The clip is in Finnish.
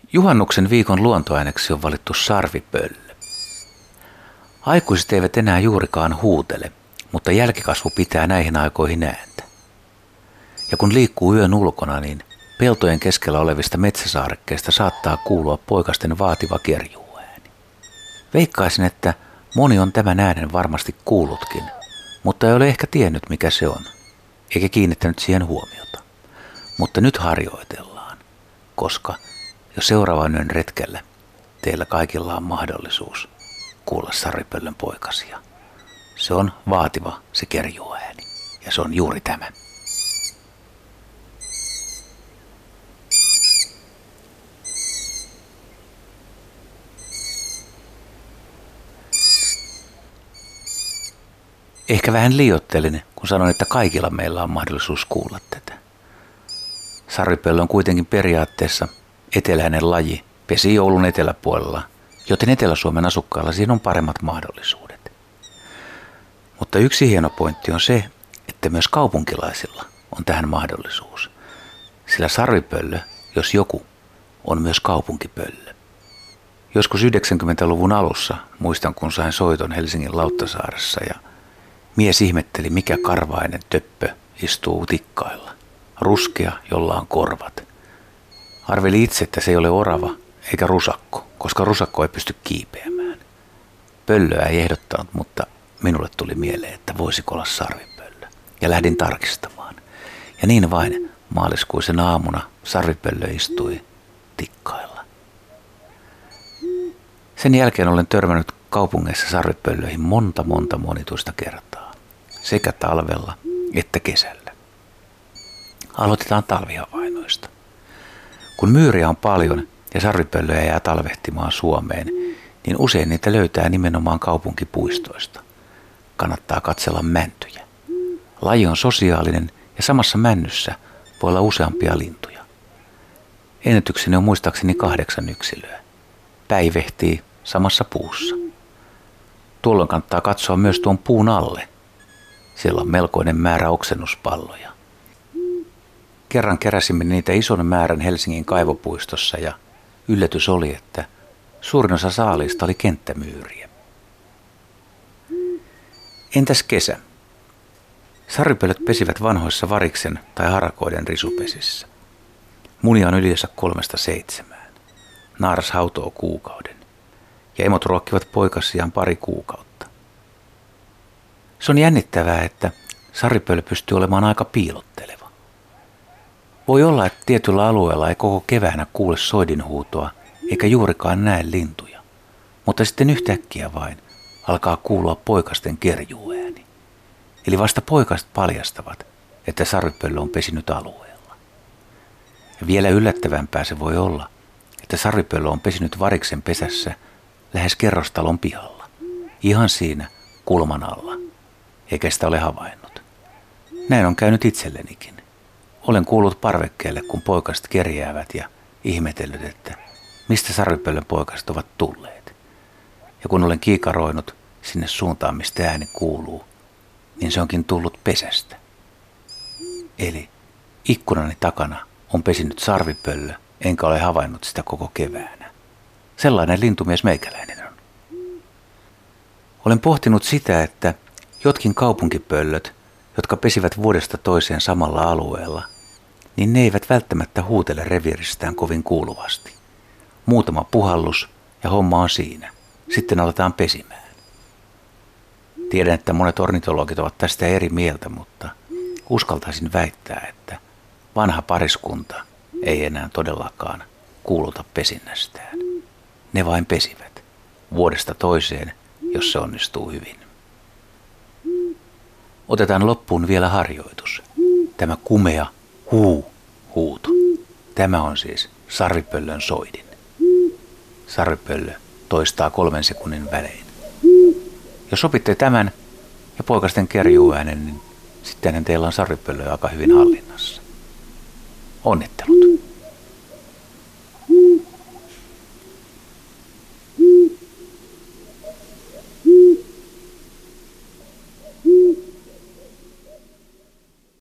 Juhannuksen viikon luontoaineksi on valittu sarvipöllö. Aikuiset eivät enää juurikaan huutele, mutta jälkikasvu pitää näihin aikoihin ääntä. Ja kun liikkuu yön ulkona, niin peltojen keskellä olevista metsäsaarekkeista saattaa kuulua poikasten vaativa kerjuuääni. Veikkaisin, että moni on tämän äänen varmasti kuullutkin, mutta ei ole ehkä tiennyt mikä se on, eikä kiinnittänyt siihen huomiota. Mutta nyt harjoitellaan, koska jo seuraavan yön retkellä teillä kaikilla on mahdollisuus kuulla sarvipöllön poikasia. Se on vaativa se kerjuuääni ja se on juuri tämä. Ehkä vähän liioittelin, kun sanoin, että kaikilla meillä on mahdollisuus kuulla tätä. Sarvipöllö on kuitenkin periaatteessa eteläinen laji, pesii joulun eteläpuolella, joten Etelä-Suomen asukkailla siinä on paremmat mahdollisuudet. Mutta yksi hieno pointti on se, että myös kaupunkilaisilla on tähän mahdollisuus. Sillä sarvipöllö, jos joku, on myös kaupunkipöllö. Joskus 90-luvun alussa muistan, kun sain soiton Helsingin Lauttasaaressa ja mies ihmetteli, mikä karvainen töppö istuu tikkailla. Ruskea, jolla on korvat. Arveli itse, että se ei ole orava eikä rusakko, koska rusakko ei pysty kiipeämään. Pöllöä ei ehdottanut, mutta minulle tuli mieleen, että voisiko olla sarvipöllö. Ja lähdin tarkistamaan. Ja niin vain maaliskuisen aamuna sarvipöllö istui tikkailla. Sen jälkeen olen törmännyt kaupungeissa sarvipöllöihin monta monituista kertaa. Sekä talvella että kesällä. Aloitetaan talvihavainnoista. Kun myyriä on paljon ja sarvipöllöjä jää talvehtimaan Suomeen, niin usein niitä löytää nimenomaan kaupunkipuistoista. Kannattaa katsella mäntyjä. Laji on sosiaalinen ja samassa männyssä voi olla useampia lintuja. Ennätykseni on muistaakseni 8 yksilöä. Päivehtii samassa puussa. Tuolloin kannattaa katsoa myös tuon puun alle. Siellä on melkoinen määrä oksennuspalloja. Kerran keräsimme niitä ison määrän Helsingin kaivopuistossa ja yllätys oli, että suurin osa saaliista oli kenttämyyriä. Entäs kesä? Sarvipöllöt pesivät vanhoissa variksen tai harakoiden risupesissä. Munia on yleensä 3-7. Naaras hautoo kuukauden ja emot ruokkivat poikasiaan 2 kuukautta. Se on jännittävää, että sarvipöllö pystyy olemaan aika piilotteleva. Voi olla, että tietyllä alueella ei koko keväänä kuule soidinhuutoa eikä juurikaan näe lintuja, mutta sitten yhtäkkiä vain alkaa kuulua poikasten kerjuuääni. Eli vasta poikaset paljastavat, että sarvipöllö on pesinyt alueella. Ja vielä yllättävämpää se voi olla, että sarvipöllö on pesinyt variksen pesässä lähes kerrostalon pihalla, ihan siinä kulman alla, eikä sitä ole havainnut. Näin on käynyt itsellenikin. Olen kuullut parvekkeelle, kun poikaset kerjäävät ja ihmetellyt, että mistä sarvipöllön poikaset ovat tulleet. Ja kun olen kiikaroinut sinne suuntaan, mistä ääni kuuluu, niin se onkin tullut pesästä. Eli ikkunani takana on pesinyt sarvipöllö, enkä ole havainnut sitä koko keväänä. Sellainen lintumies meikäläinen on. Olen pohtinut sitä, että jotkin kaupunkipöllöt, jotka pesivät vuodesta toiseen samalla alueella, niin ne eivät välttämättä huutele reviiristään kovin kuuluvasti. Muutama puhallus ja homma on siinä. Sitten aletaan pesimään. Tiedän, että monet ornitologit ovat tästä eri mieltä, mutta uskaltaisin väittää, että vanha pariskunta ei enää todellakaan kuuluta pesinnästään. Ne vain pesivät vuodesta toiseen, jos se onnistuu hyvin. Otetaan loppuun vielä harjoitus. Tämä kumea huuto. Tämä on siis sarvipöllön soidin. Sarvipöllö toistaa 3 sekunnin välein. Jos opitte tämän ja poikasten kerjuuäänen, niin sitten teillä on sarvipöllö aika hyvin hallinnassa. Onnittelut!